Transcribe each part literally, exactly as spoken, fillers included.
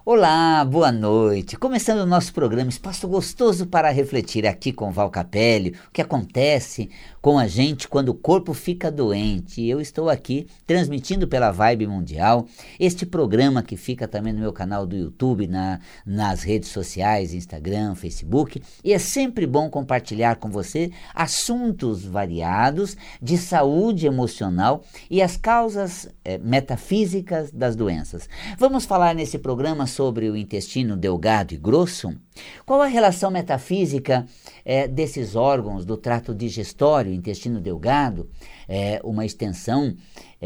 Olá, boa noite. Começando o nosso programa, espaço gostoso para refletir aqui com Val Capelli, o que acontece com a gente quando o corpo fica doente. Eu estou aqui transmitindo pela Vibe Mundial este programa que fica também no meu canal do YouTube, na, nas redes sociais, Instagram, Facebook, e é sempre bom compartilhar com você assuntos variados de saúde emocional e as causas eh, metafísicas das doenças. Vamos falar nesse programa sobre o intestino delgado e grosso? Qual a relação metafísica eh, desses órgãos do trato digestório, intestino delgado, eh, uma extensão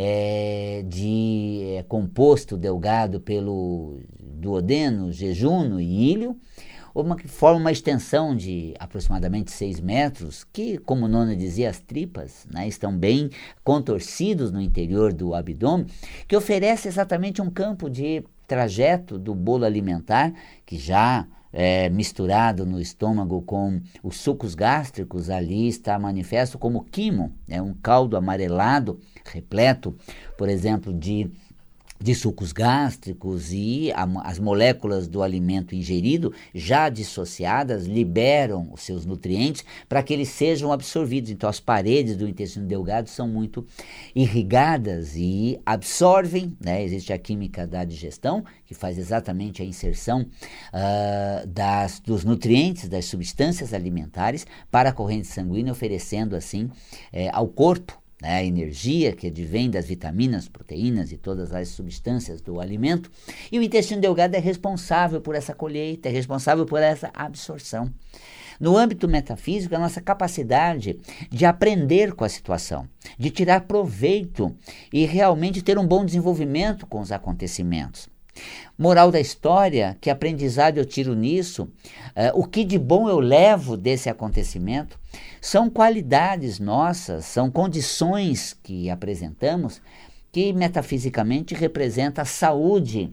eh, de eh, composto delgado pelo duodeno, jejuno e íleo, uma que forma uma extensão de aproximadamente seis metros, que, como Nona dizia, as tripas, né, estão bem contorcidos no interior do abdômen, que oferece exatamente um campo de trajeto do bolo alimentar, que já é, misturado no estômago com os sucos gástricos, ali está manifesto como quimo, é um caldo amarelado, repleto, por exemplo, de de sucos gástricos, e a, as moléculas do alimento ingerido, já dissociadas, liberam os seus nutrientes para que eles sejam absorvidos. Então as paredes do intestino delgado são muito irrigadas e absorvem, né? Existe a química da digestão, que faz exatamente a inserção uh, das, dos nutrientes, das substâncias alimentares para a corrente sanguínea, oferecendo assim eh, ao corpo, né, a energia que advém das vitaminas, proteínas e todas as substâncias do alimento. E o intestino delgado é responsável por essa colheita, é responsável por essa absorção. No âmbito metafísico, a nossa capacidade de aprender com a situação, de tirar proveito e realmente ter um bom desenvolvimento com os acontecimentos. Moral da história, que aprendizado eu tiro nisso, uh, o que de bom eu levo desse acontecimento, são qualidades nossas, são condições que apresentamos que metafisicamente representa a saúde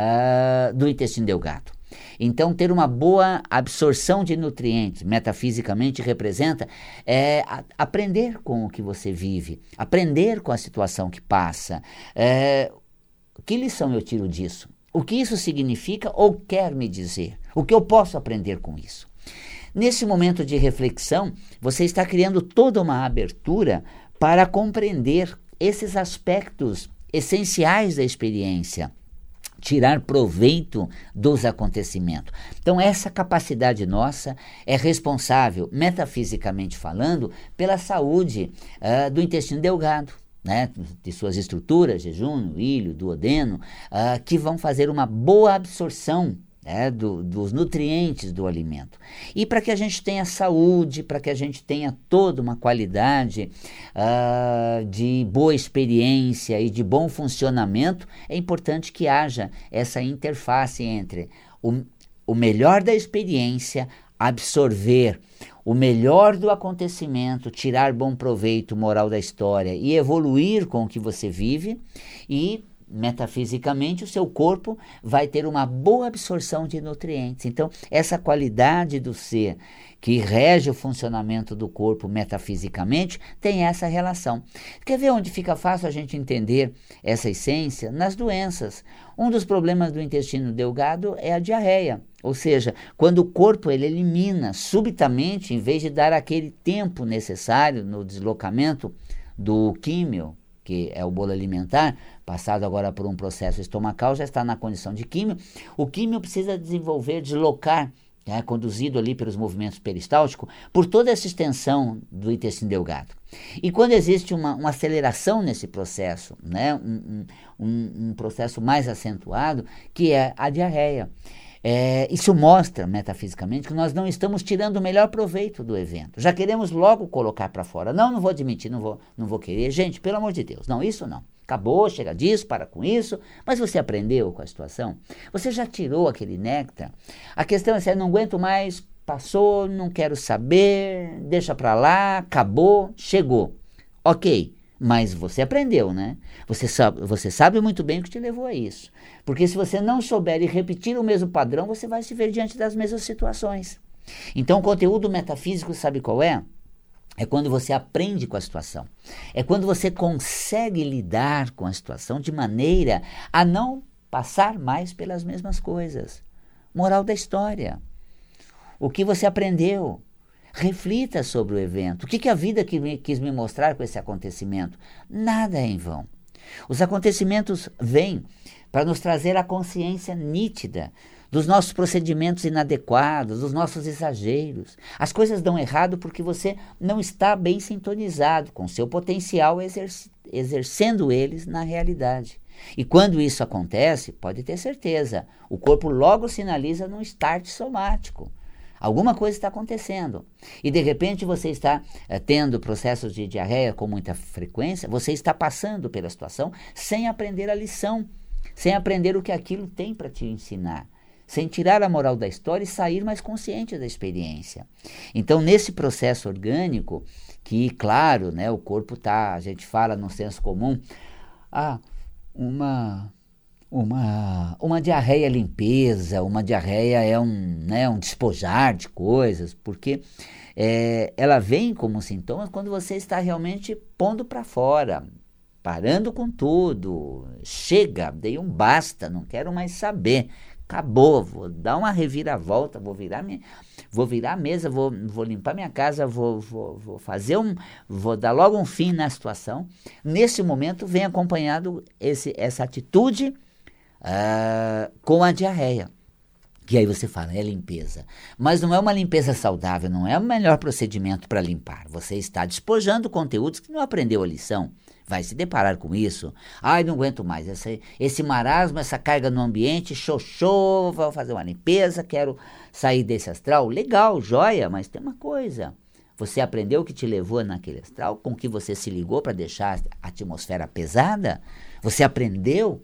uh, do intestino delgado. Então, ter uma boa absorção de nutrientes, metafisicamente representa é, a, aprender com o que você vive, aprender com a situação que passa. É, que lição eu tiro disso? O que isso significa ou quer me dizer? O que eu posso aprender com isso? Nesse momento de reflexão, você está criando toda uma abertura para compreender esses aspectos essenciais da experiência, tirar proveito dos acontecimentos. Então, essa capacidade nossa é responsável, metafisicamente falando, pela saúde uh, do intestino delgado, né, de suas estruturas, jejuno, íleo, duodeno, uh, que vão fazer uma boa absorção, né, do, dos nutrientes do alimento. E para que a gente tenha saúde, para que a gente tenha toda uma qualidade uh, de boa experiência e de bom funcionamento, é importante que haja essa interface entre o, o melhor da experiência, absorver o melhor do acontecimento, tirar bom proveito, moral da história, e evoluir com o que você vive, e metafisicamente o seu corpo vai ter uma boa absorção de nutrientes. Então, essa qualidade do ser que rege o funcionamento do corpo metafisicamente tem essa relação. Quer ver onde fica fácil a gente entender essa essência? Nas doenças. Um dos problemas do intestino delgado é a diarreia. Ou seja, quando o corpo ele elimina subitamente, em vez de dar aquele tempo necessário no deslocamento do químio, que é o bolo alimentar, passado agora por um processo estomacal, já está na condição de químio, o químio precisa desenvolver, deslocar, né, conduzido ali pelos movimentos peristálticos, por toda essa extensão do intestino delgado. E quando existe uma, uma aceleração nesse processo, né, um, um, um processo mais acentuado, que é a diarreia. É, isso mostra, metafisicamente, que nós não estamos tirando o melhor proveito do evento. Já queremos logo colocar para fora. Não, não vou admitir, não vou, não vou querer. Gente, pelo amor de Deus, não, isso não. Acabou, chega disso, para com isso. Mas você aprendeu com a situação? Você já tirou aquele néctar? A questão é se eu não aguento mais, passou, não quero saber, deixa para lá, acabou, chegou. Ok. Mas você aprendeu, né? Você sabe, você sabe muito bem o que te levou a isso. Porque se você não souber e repetir o mesmo padrão, você vai se ver diante das mesmas situações. Então, o conteúdo metafísico, sabe qual é? É quando você aprende com a situação. É quando você consegue lidar com a situação de maneira a não passar mais pelas mesmas coisas. Moral da história. O que você aprendeu? Reflita sobre o evento. O que, que a vida quis me mostrar com esse acontecimento? Nada é em vão. Os acontecimentos vêm para nos trazer a consciência nítida dos nossos procedimentos inadequados, dos nossos exageros. As coisas dão errado porque você não está bem sintonizado com o seu potencial, exerc- exercendo eles na realidade. E quando isso acontece, pode ter certeza, o corpo logo sinaliza num start somático. Alguma coisa está acontecendo. E de repente você está eh, tendo processos de diarreia com muita frequência, você está passando pela situação sem aprender a lição, sem aprender o que aquilo tem para te ensinar, sem tirar a moral da história e sair mais consciente da experiência. Então, nesse processo orgânico, que, claro, né, o corpo está, a gente fala no senso comum, ah, uma, uma, uma diarreia limpeza, uma diarreia é um, né, um despojar de coisas, porque é, ela vem como sintomas quando você está realmente pondo para fora, parando com tudo, chega, dei um basta, não quero mais saber, acabou, vou dar uma reviravolta, vou virar, minha, vou virar a mesa, vou, vou limpar minha casa, vou, vou, vou fazer um, vou dar logo um fim na situação. Nesse momento vem acompanhado esse, essa atitude uh, com a diarreia. Que aí você fala, é limpeza. Mas não é uma limpeza saudável, não é o melhor procedimento para limpar. Você está despojando conteúdos que não aprendeu a lição. Vai se deparar com isso. Ai, não aguento mais. Esse, esse marasmo, essa carga no ambiente, xoxô, vou fazer uma limpeza, quero sair desse astral. Legal, joia, mas tem uma coisa. Você aprendeu o que te levou naquele astral, com que você se ligou para deixar a atmosfera pesada? Você aprendeu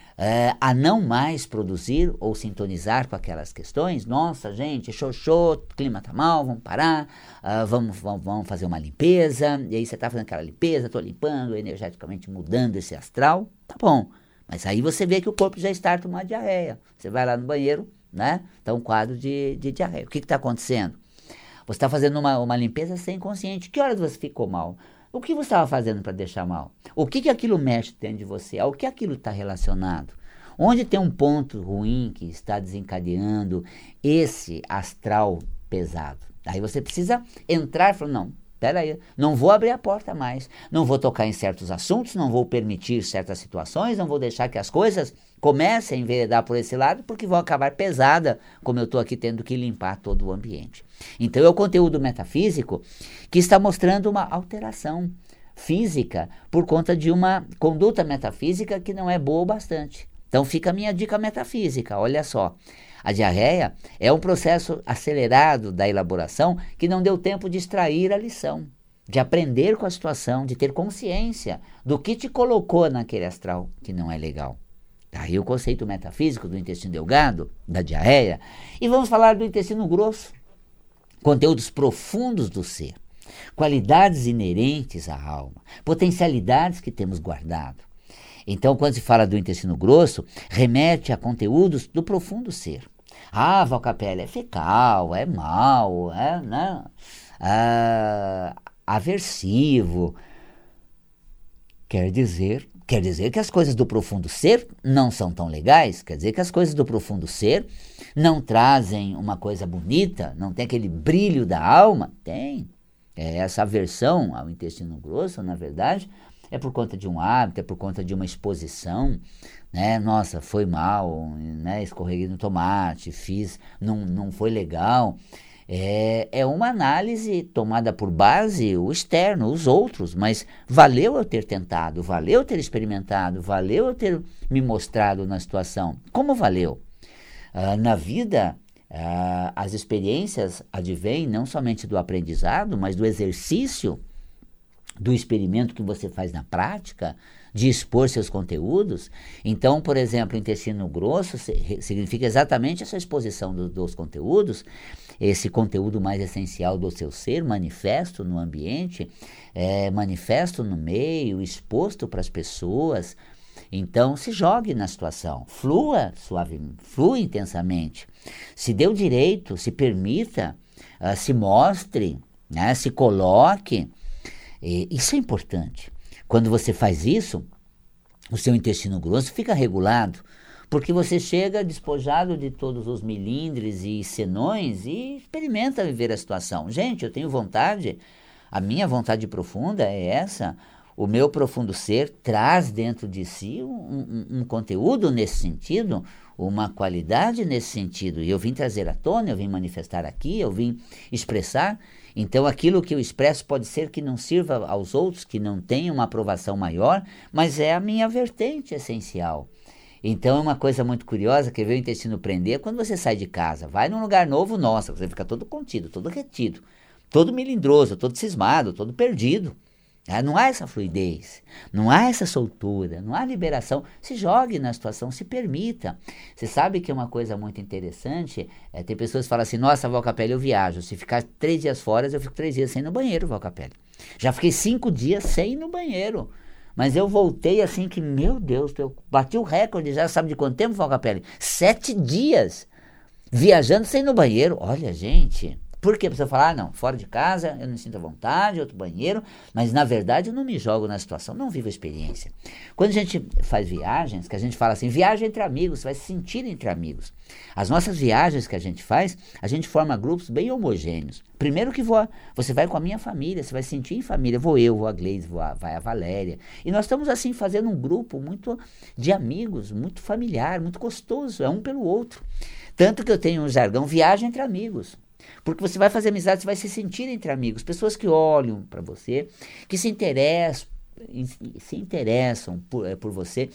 É, a não mais produzir ou sintonizar com aquelas questões? Nossa, gente, xoxô, o clima tá mal, vamos parar, uh, vamos, vamos, vamos fazer uma limpeza, e aí você tá fazendo aquela limpeza, tô limpando, energeticamente mudando esse astral, tá bom, mas aí você vê que o corpo já está com uma diarreia, você vai lá no banheiro, né, tá um quadro de, de diarreia, o que que tá acontecendo? Você está fazendo uma, uma limpeza sem consciente, que horas você ficou mal? O que você estava fazendo para deixar mal? O que, que aquilo mexe dentro de você? Ao que aquilo está relacionado? Onde tem um ponto ruim que está desencadeando esse astral pesado? Aí você precisa entrar e falar, não, peraí, não vou abrir a porta mais, não vou tocar em certos assuntos, não vou permitir certas situações, não vou deixar que as coisas comecem a enveredar por esse lado, porque vão acabar pesada, como eu estou aqui tendo que limpar todo o ambiente. Então é o conteúdo metafísico que está mostrando uma alteração física por conta de uma conduta metafísica que não é boa o bastante. Então fica a minha dica metafísica, olha só. A diarreia é um processo acelerado da elaboração que não deu tempo de extrair a lição, de aprender com a situação, de ter consciência do que te colocou naquele astral que não é legal. Daí o conceito metafísico do intestino delgado, da diarreia, e vamos falar do intestino grosso. Conteúdos profundos do ser, qualidades inerentes à alma, potencialidades que temos guardado. Então, quando se fala do intestino grosso, remete a conteúdos do profundo ser. Ah, Val Capelli, é fecal, é mau, é né, ah, aversivo. Quer dizer, quer dizer que as coisas do profundo ser não são tão legais? Quer dizer que as coisas do profundo ser não trazem uma coisa bonita? Não tem aquele brilho da alma? Tem. É, essa aversão ao intestino grosso, na verdade, é por conta de um hábito, é por conta de uma exposição, né? Nossa, foi mal, né? Escorreguei no tomate, fiz, não, não foi legal. É, é uma análise tomada por base o externo, os outros, mas valeu eu ter tentado, valeu eu ter experimentado, valeu eu ter me mostrado na situação. Como valeu? Ah, na vida, ah, as experiências advêm não somente do aprendizado, mas do exercício, do experimento que você faz na prática, de expor seus conteúdos. Então, por exemplo, o intestino grosso significa exatamente essa exposição do, dos conteúdos, esse conteúdo mais essencial do seu ser, manifesto no ambiente, é, manifesto no meio, exposto para as pessoas. Então, se jogue na situação, flua suave, flua intensamente, se dê o direito, se permita, uh, se mostre, né, se coloque. E isso é importante. Quando você faz isso, o seu intestino grosso fica regulado, Porque você chega despojado de todos os milindres e senões e experimenta viver a situação. Gente, eu tenho vontade, a minha vontade profunda é essa. O meu profundo ser traz dentro de si um, um, um conteúdo nesse sentido, uma qualidade nesse sentido. E eu vim trazer à tona, eu vim manifestar aqui, eu vim expressar. Então aquilo que eu expresso pode ser que não sirva aos outros, que não tenha uma aprovação maior, mas é a minha vertente essencial. Então é uma coisa muito curiosa que vê o intestino prender quando você sai de casa, vai num lugar novo, nossa, você fica todo contido, todo retido, todo melindroso, todo cismado, todo perdido. Ah, não há essa fluidez, não há essa soltura, não há liberação. Se jogue na situação, se permita. Você sabe que é uma coisa muito interessante, é, tem pessoas que falam assim, nossa, Val Capelli, eu viajo, se ficar três dias fora, eu fico três dias sem ir no banheiro, Val Capelli. Já fiquei cinco dias sem ir no banheiro. Mas eu voltei assim que, meu Deus, eu bati o recorde já, sabe de quanto tempo, Val Capelli? Sete dias viajando sem ir no banheiro. Olha, gente, por que? Você falar, ah, não, fora de casa, eu não sinto vontade, outro banheiro, mas na verdade eu não me jogo na situação, não vivo a experiência. Quando a gente faz viagens, que a gente fala assim, viagem entre amigos, você vai se sentir entre amigos. As nossas viagens que a gente faz, a gente forma grupos bem homogêneos. Primeiro que vou, você vai com a minha família, você vai se sentir em família, vou eu, vou a Gleise, vou a, vai a Valéria. E nós estamos assim fazendo um grupo muito de amigos, muito familiar, muito gostoso, é um pelo outro. Tanto que eu tenho um jargão, viagem entre amigos. Porque você vai fazer amizade, você vai se sentir entre amigos, pessoas que olham para você, que se interessam, se interessam por, por você,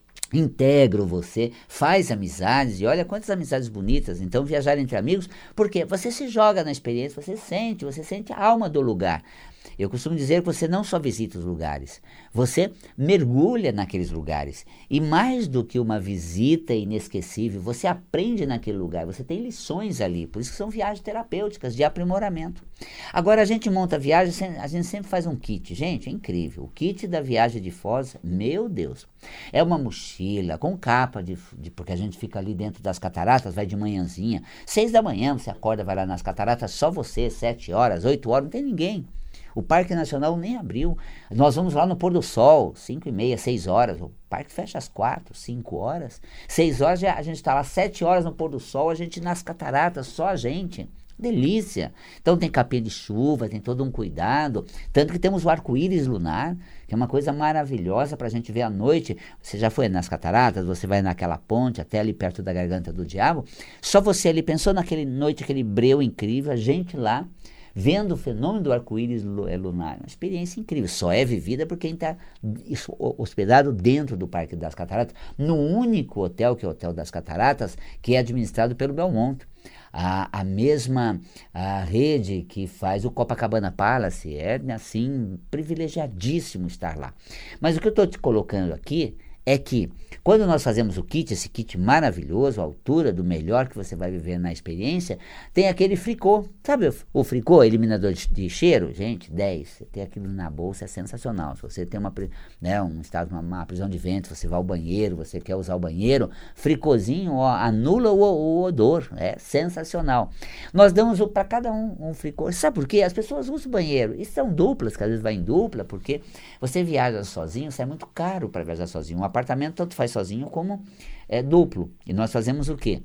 integram você, faz amizades, e olha quantas amizades bonitas. Então viajar entre amigos, porque você se joga na experiência, você sente, você sente a alma do lugar. Eu costumo dizer que você não só visita os lugares, você mergulha naqueles lugares. E mais do que uma visita inesquecível, você aprende naquele lugar, você tem lições ali. Por isso que são viagens terapêuticas, de aprimoramento. Agora a gente monta a viagem, a gente sempre faz um kit. Gente, é incrível. O kit da viagem de Foz, meu Deus, é uma mochila com capa, de, de, porque a gente fica ali dentro das cataratas, vai de manhãzinha. Seis da manhã você acorda, vai lá nas cataratas, só você, sete horas, oito horas, não tem ninguém. O Parque Nacional nem abriu. Nós vamos lá no pôr do sol, cinco e meia, seis horas. O parque fecha às quatro, cinco horas. seis horas, já, a gente está lá sete horas no pôr do sol, a gente nas cataratas, só a gente. Delícia. Então tem capinha de chuva, tem todo um cuidado. Tanto que temos o arco-íris lunar, que é uma coisa maravilhosa para a gente ver à noite. Você já foi nas cataratas, você vai naquela ponte, até ali perto da Garganta do Diabo. Só você ali, pensou naquela noite, aquele breu incrível, a gente lá, vendo o fenômeno do arco-íris lunar. Uma experiência incrível. Só é vivida por quem está hospedado dentro do Parque das Cataratas, no único hotel, que é o Hotel das Cataratas, que é administrado pelo Belmonte. A, a mesma a rede que faz o Copacabana Palace. É, assim, privilegiadíssimo estar lá. Mas o que eu estou te colocando aqui é que quando nós fazemos o kit, esse kit maravilhoso, a altura do melhor que você vai viver na experiência, tem aquele fricô. Sabe o, o fricô, eliminador de, de cheiro? Gente, dez. Você tem aquilo na bolsa, é sensacional. Se você tem uma, né, um estado, uma, uma prisão de ventre, você vai ao banheiro, você quer usar o banheiro, fricôzinho, ó, anula o, o odor. É sensacional. Nós damos para cada um um fricô. Sabe por quê? As pessoas usam o banheiro. E são duplas, que às vezes vai em dupla, porque você viaja sozinho, isso é muito caro para viajar sozinho. Um apartamento tanto faz sozinho como é, duplo. E nós fazemos o quê?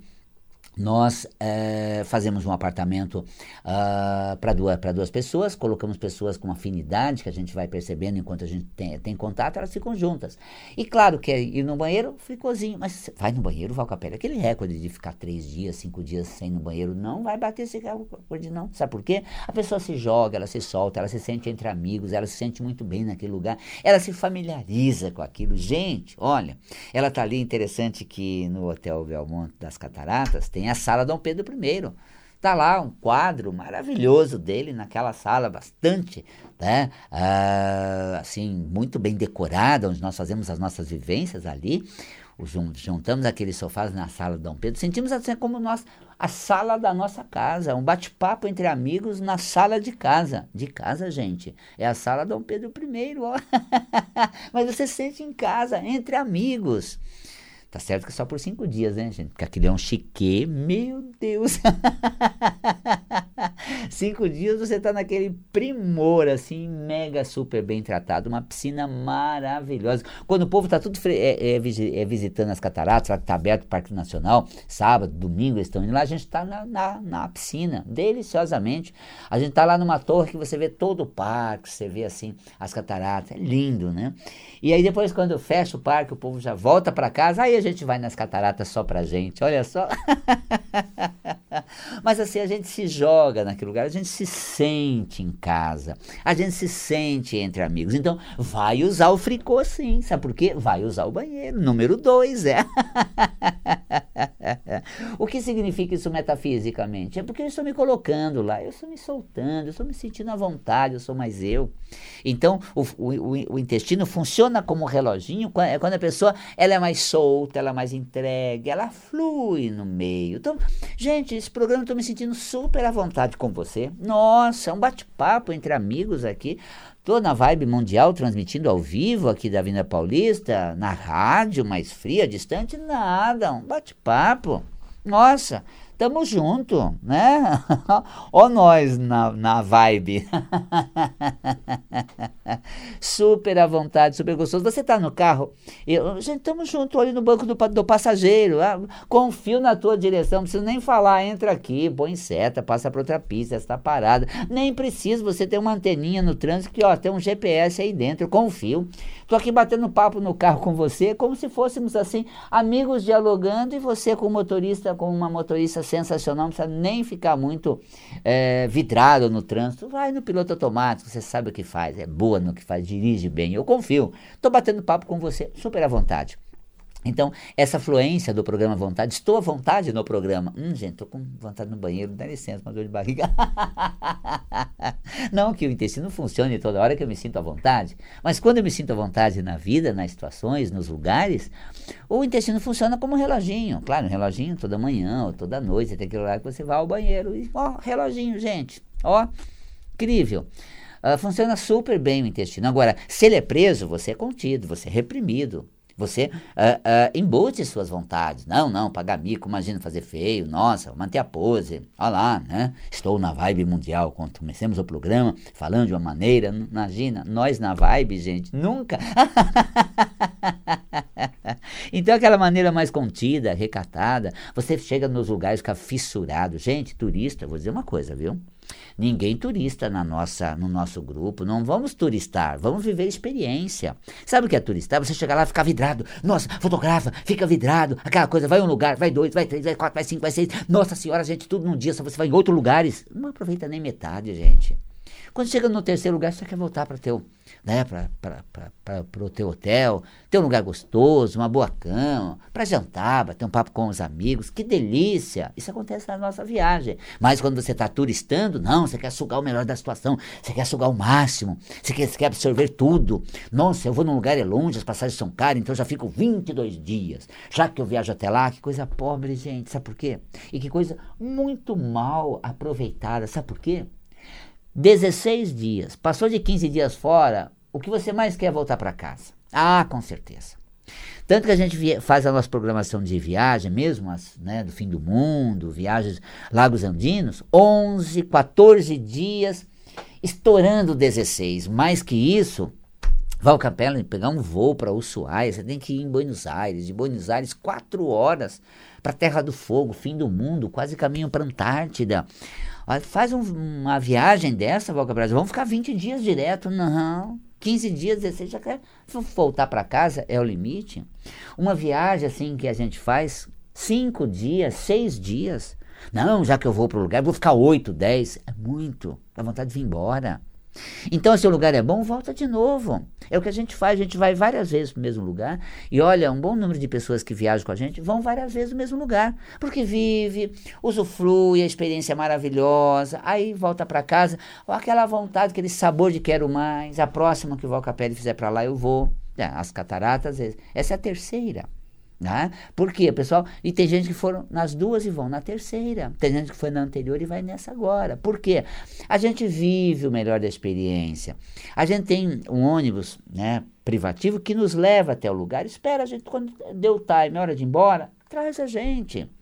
Nós é, fazemos um apartamento uh, para duas, para duas pessoas, colocamos pessoas com afinidade, que a gente vai percebendo enquanto a gente tem, tem contato, elas ficam juntas. E claro que ir no banheiro, fricôzinho, mas vai no banheiro, Val Capelli, aquele recorde de ficar três dias, cinco dias sem ir no banheiro, não vai bater esse recorde não. Sabe por quê? A pessoa se joga, ela se solta, ela se sente entre amigos, ela se sente muito bem naquele lugar, ela se familiariza com aquilo. Gente, olha, ela tá ali, interessante que no Hotel Belmonte das Cataratas tem a sala Dom Pedro primeiro. Está lá um quadro maravilhoso dele naquela sala, bastante, né, ah, assim, muito bem decorada, onde nós fazemos as nossas vivências ali. Juntamos aqueles sofás na sala Dom Pedro, sentimos assim como nós, a sala da nossa casa, um bate-papo entre amigos na sala de casa. De casa, gente, é a sala Dom Pedro primeiro, ó. Mas você sente em casa, entre amigos. Tá certo que é só por cinco dias, né, gente? Porque aquilo é um chiquê, meu Deus. Cinco dias você está naquele primor, assim, mega super bem tratado, uma piscina maravilhosa. Quando o povo está tudo é, é, é, visitando as cataratas, lá que está aberto o Parque Nacional, sábado, domingo eles estão indo lá, a gente está na, na, na piscina, deliciosamente. A gente está lá numa torre que você vê todo o parque, você vê assim as cataratas, é lindo, né? E aí depois quando fecha o parque, o povo já volta para casa, aí a gente vai nas cataratas só pra gente, olha só. Mas assim, a gente se joga naquele lugar, a gente se sente em casa, a gente se sente entre amigos. Então, vai usar o fricô sim, sabe por quê? Vai usar o banheiro, número dois, é. O que significa isso metafisicamente? É porque eu estou me colocando lá, eu estou me soltando, eu estou me sentindo à vontade, eu sou mais eu. Então, o, o, o intestino funciona como um reloginho, quando a pessoa ela é mais solta, ela é mais entregue, ela flui no meio. Então, gente, esse programa eu estou me sentindo super à vontade com você. Nossa, é um bate-papo entre amigos aqui. Estou na Vibe Mundial, transmitindo ao vivo aqui da Avenida Paulista, na rádio, mais fria, distante, nada, um bate-papo. Nossa, tamo junto, né? Ó nós na, na Vibe. Super à vontade, super gostoso. Você tá no carro, eu, gente, tamo junto ali no banco do, do passageiro, ah, confio na tua direção, não preciso nem falar, entra aqui, põe seta, passa para outra pista, está parada. Nem precisa você ter uma anteninha no trânsito que, ó, tem um G P S aí dentro, eu confio. Tô aqui batendo papo no carro com você, como se fôssemos assim, amigos dialogando, e você com o motorista, com uma motorista sensacional, não precisa nem ficar muito é, vidrado no trânsito, vai no piloto automático, você sabe o que faz, é boa no que faz, dirige bem, eu confio, estou batendo papo com você, super à vontade. Então, essa fluência do programa à vontade, estou à vontade no programa. Hum, gente, estou com vontade no banheiro, dá licença, uma dor de barriga. Não que o intestino funcione toda hora que eu me sinto à vontade, mas quando eu me sinto à vontade na vida, nas situações, nos lugares, o intestino funciona como um reloginho. Claro, um reloginho toda manhã ou toda noite, tem aquele horário que você vai ao banheiro e, ó, reloginho, gente, ó, incrível. Uh, funciona super bem o intestino. Agora, se ele é preso, você é contido, você é reprimido. Você uh, uh, embute suas vontades. Não, não, pagar mico, imagina fazer feio. Nossa, manter a pose. Olha lá, né? Estou na Vibe Mundial. Quando comecemos o programa falando de uma maneira, imagina, nós na Vibe, gente, nunca. Então, aquela maneira mais contida, recatada, você chega nos lugares, fica fissurado. Gente, turista, vou dizer uma coisa, viu? Ninguém turista na nossa, no nosso grupo, não vamos turistar, vamos viver experiência. Sabe o que é turistar? Você chegar lá e ficar vidrado, nossa, fotografa, fica vidrado, aquela coisa, vai um lugar, vai dois, vai três, vai quatro, vai cinco, vai seis, nossa senhora, gente, tudo num dia, só você vai em outros lugares, não aproveita nem metade, gente. Quando chega no terceiro lugar, você quer voltar para o teu, né, para o teu hotel, ter um lugar gostoso, uma boa cama, para jantar, bater um papo com os amigos, que delícia! Isso acontece na nossa viagem. Mas quando você está turistando, não, você quer sugar o melhor da situação, você quer sugar o máximo, você quer, você quer absorver tudo. Nossa, eu vou num lugar é longe, as passagens são caras, então eu já fico vinte e dois dias. Já que eu viajo até lá, que coisa pobre, gente, sabe por quê? E que coisa muito mal aproveitada, sabe por quê? dezesseis dias, passou de quinze dias fora, o que você mais quer é voltar para casa? Ah, com certeza. Tanto que a gente via, faz a nossa programação de viagem, mesmo as, né, do fim do mundo, viagens Lagos Andinos, onze, quatorze dias, estourando dezesseis. Mais que isso, Val Capella, pegar um voo para Ushuaia, você tem que ir em Buenos Aires, de Buenos Aires, quatro horas para a Terra do Fogo, fim do mundo, quase caminho para a Antártida. Faz um, uma viagem dessa, Valca Brasil, vamos ficar vinte dias direto, não, quinze dias, dezesseis, já quer voltar para casa, é o limite. Uma viagem assim que a gente faz, cinco dias, seis dias, não, já que eu vou para o lugar, vou ficar oito, dez, é muito, dá vontade de vir embora. Então, se o lugar é bom, volta de novo. É o que a gente faz, a gente vai várias vezes para o mesmo lugar. E olha, um bom número de pessoas que viajam com a gente vão várias vezes no mesmo lugar. Porque vive, usufrui, a experiência é maravilhosa. Aí volta para casa, aquela vontade, aquele sabor de quero mais. A próxima que o Val Capella fizer para lá, eu vou. É, as cataratas, essa é a terceira. Né? Por quê, pessoal? E tem gente que foram nas duas e vão na terceira. Tem gente que foi na anterior e vai nessa agora. Por quê? A gente vive o melhor da experiência. A gente tem um ônibus, né, privativo que nos leva até o lugar. Espera a gente, quando deu o time, é hora de ir embora, traz a gente.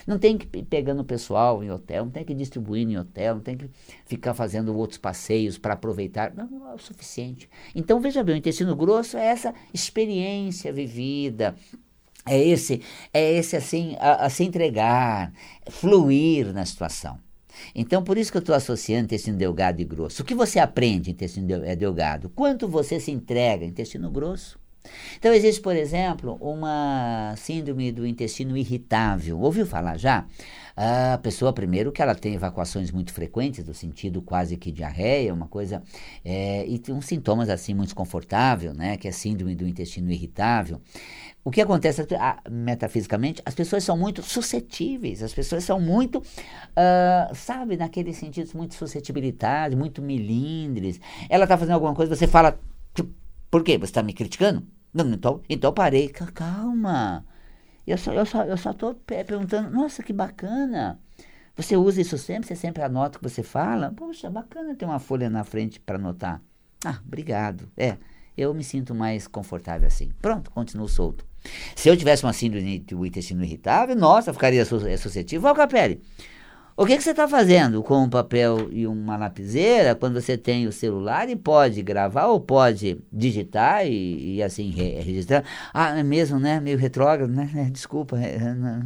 Não tem que ir pegando o pessoal em hotel, não tem que ir distribuindo em hotel, não tem que ficar fazendo outros passeios para aproveitar. Não, não é o suficiente. Então, veja bem, o intestino grosso é essa experiência vivida, é esse, é esse assim, a, a se entregar, fluir na situação. Então, por isso que eu estou associando intestino delgado e grosso. O que você aprende em intestino delgado? Quanto você se entrega em intestino grosso? Então, existe, por exemplo, uma síndrome do intestino irritável. Ouviu falar já? A pessoa, primeiro, que ela tem evacuações muito frequentes, do sentido quase que diarreia, uma coisa, é, e tem uns sintomas assim muito desconfortáveis, né, que é a síndrome do intestino irritável. O que acontece, ah, metafisicamente, as pessoas são muito suscetíveis, as pessoas são muito, uh, sabe, naqueles sentidos, muito suscetibilidade, muito melindres. Ela está fazendo alguma coisa, você fala, por quê? Você está me criticando? Não, então, então parei. Calma. Eu só eu só, eu só estou perguntando, nossa, que bacana. Você usa isso sempre? Você sempre anota o que você fala? Poxa, bacana ter uma folha na frente para anotar. Ah, obrigado. É, eu me sinto mais confortável assim. Pronto, continuo solto. Se eu tivesse uma síndrome do intestino irritável, nossa, eu ficaria suscetível. Val Capelli, o que, que você está fazendo com um papel e uma lapiseira quando você tem o celular e pode gravar ou pode digitar e, e assim re registrar? Ah, é mesmo, né? Meio retrógrado, né? Desculpa. É,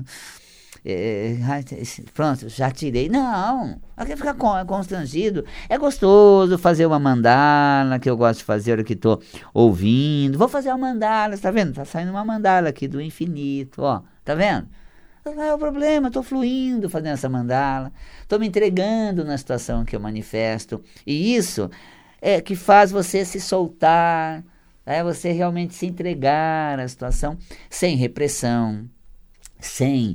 é, é, pronto, já tirei. Não, aqui ficar constrangido. É gostoso fazer uma mandala, que eu gosto de fazer, hora que estou ouvindo. Vou fazer uma mandala, tá vendo? Tá saindo uma mandala aqui do infinito, ó. Tá vendo? Não é o problema, estou fluindo fazendo essa mandala, estou me entregando na situação que eu manifesto. E isso é que faz você se soltar, é você realmente se entregar à situação sem repressão, sem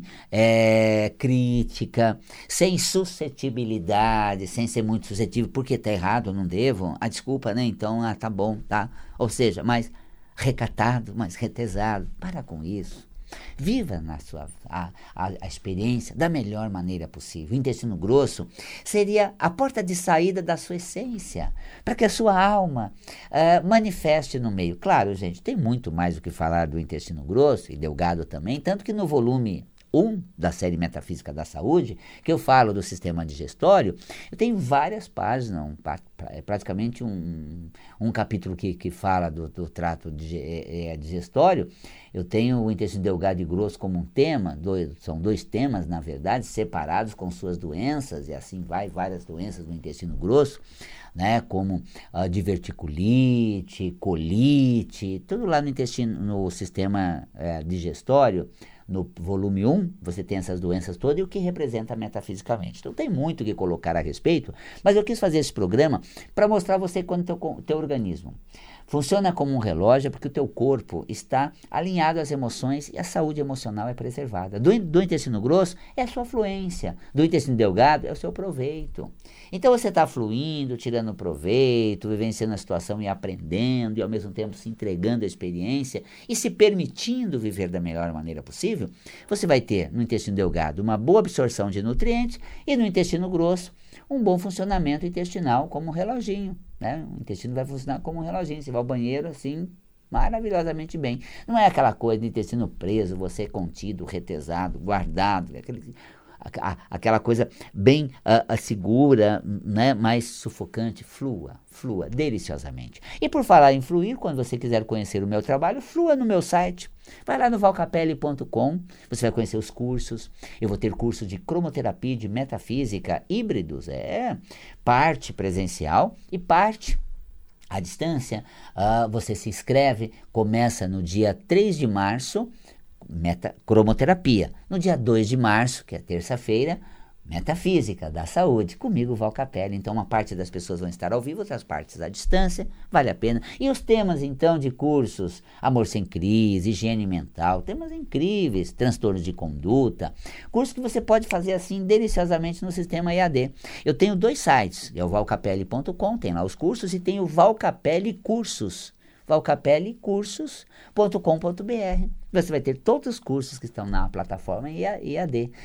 é, crítica, sem suscetibilidade, sem ser muito suscetível, porque está errado, eu não devo, ah, desculpa, né? Então, ah, tá bom, tá? Ou seja, mais recatado, mais retesado, para com isso. Viva na sua, a, a, a experiência da melhor maneira possível. O intestino grosso seria a porta de saída da sua essência, para que a sua alma uh, manifeste no meio. Claro, gente, tem muito mais o que falar do intestino grosso e delgado também, tanto que no volume um da série Metafísica da Saúde, que eu falo do sistema digestório, eu tenho várias páginas, um, praticamente um, um capítulo que, que fala do, do trato digestório. Eu tenho o intestino delgado e grosso como um tema, dois, são dois temas, na verdade, separados com suas doenças, e assim vai várias doenças do intestino grosso, né, como uh, diverticulite, colite, tudo lá no intestino, no sistema uh, digestório. No volume um, você tem essas doenças todas e o que representa metafisicamente. Então tem muito o que colocar a respeito, mas eu quis fazer esse programa para mostrar a você quando o teu, teu organismo funciona como um relógio, porque o teu corpo está alinhado às emoções e a saúde emocional é preservada. Do, do intestino grosso é a sua fluência, do intestino delgado é o seu proveito. Então você está fluindo, tirando proveito, vivenciando a situação e aprendendo, e ao mesmo tempo se entregando à experiência e se permitindo viver da melhor maneira possível. Você vai ter no intestino delgado uma boa absorção de nutrientes e no intestino grosso um bom funcionamento intestinal como um reloginho, né? O intestino vai funcionar como um reloginho, você vai ao banheiro assim, maravilhosamente bem. Não é aquela coisa de intestino preso, você contido, retesado, guardado, aquele, a, aquela coisa bem uh, segura, né? Mais sufocante. Flua, flua deliciosamente. E por falar em fluir, quando você quiser conhecer o meu trabalho, flua no meu site. Vai lá no val capelli ponto com, você vai conhecer os cursos. Eu vou ter curso de cromoterapia, de metafísica, híbridos, é parte presencial e parte à distância. Uh, você se inscreve, começa no dia três de março, meta, cromoterapia. No dia dois de março, que é terça-feira, metafísica da saúde, comigo, Val Capelli. Então, uma parte das pessoas vão estar ao vivo, outras partes à distância, vale a pena. E os temas, então, de cursos, amor sem crise, higiene mental, temas incríveis, transtornos de conduta, cursos que você pode fazer, assim, deliciosamente no sistema E A D. Eu tenho dois sites, é o val capelli ponto com, tem lá os cursos, e tem o Val Capelli Cursos, val capelli cursos ponto com ponto b r. Você vai ter todos os cursos que estão na plataforma E A D.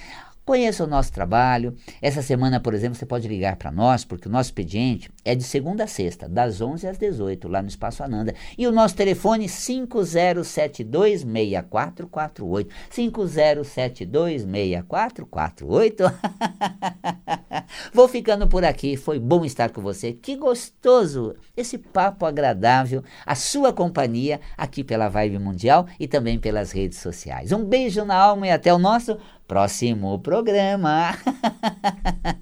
Conheça o nosso trabalho. Essa semana, por exemplo, você pode ligar para nós, porque o nosso expediente é de segunda a sexta, das onze às dezoito, lá no Espaço Ananda. E o nosso telefone cinco zero sete dois, seis quatro quatro oito. cinco zero sete dois, seis quatro quatro oito. Vou ficando por aqui, foi bom estar com você, que gostoso esse papo agradável, a sua companhia aqui pela Vibe Mundial e também pelas redes sociais. Um beijo na alma e até o nosso próximo programa.